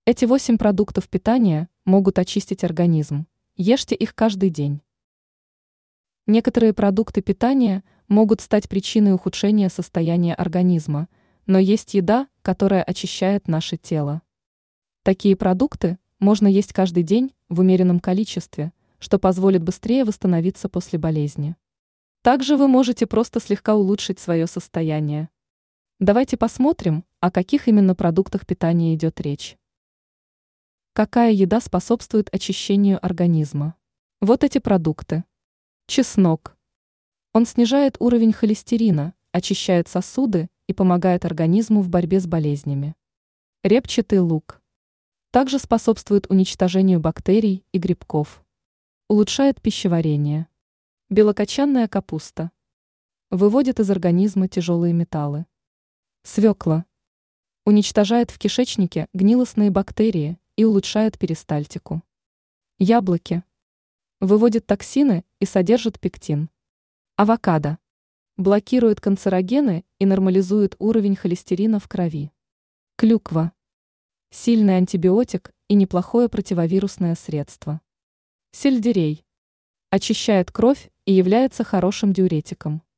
Эти 8 продуктов питания могут очистить организм. Ешьте их каждый день. Некоторые продукты питания могут стать причиной ухудшения состояния организма, но есть еда, которая очищает наше тело. Такие продукты можно есть каждый день в умеренном количестве, что позволит быстрее восстановиться после болезни. Также вы можете просто слегка улучшить свое состояние. Давайте посмотрим, о каких именно продуктах питания идет речь. Какая еда способствует очищению организма? Вот эти продукты. Чеснок. Он снижает уровень холестерина, очищает сосуды и помогает организму в борьбе с болезнями. Репчатый лук. Также способствует уничтожению бактерий и грибков. Улучшает пищеварение. Белокочанная капуста. Выводит из организма тяжелые металлы. Свекла. Уничтожает в кишечнике гнилостные бактерии и улучшает перистальтику. Яблоки. Выводит токсины и содержит пектин. Авокадо. Блокирует канцерогены и нормализует уровень холестерина в крови. Клюква. Сильный антибиотик и неплохое противовирусное средство. Сельдерей. Очищает кровь и является хорошим диуретиком.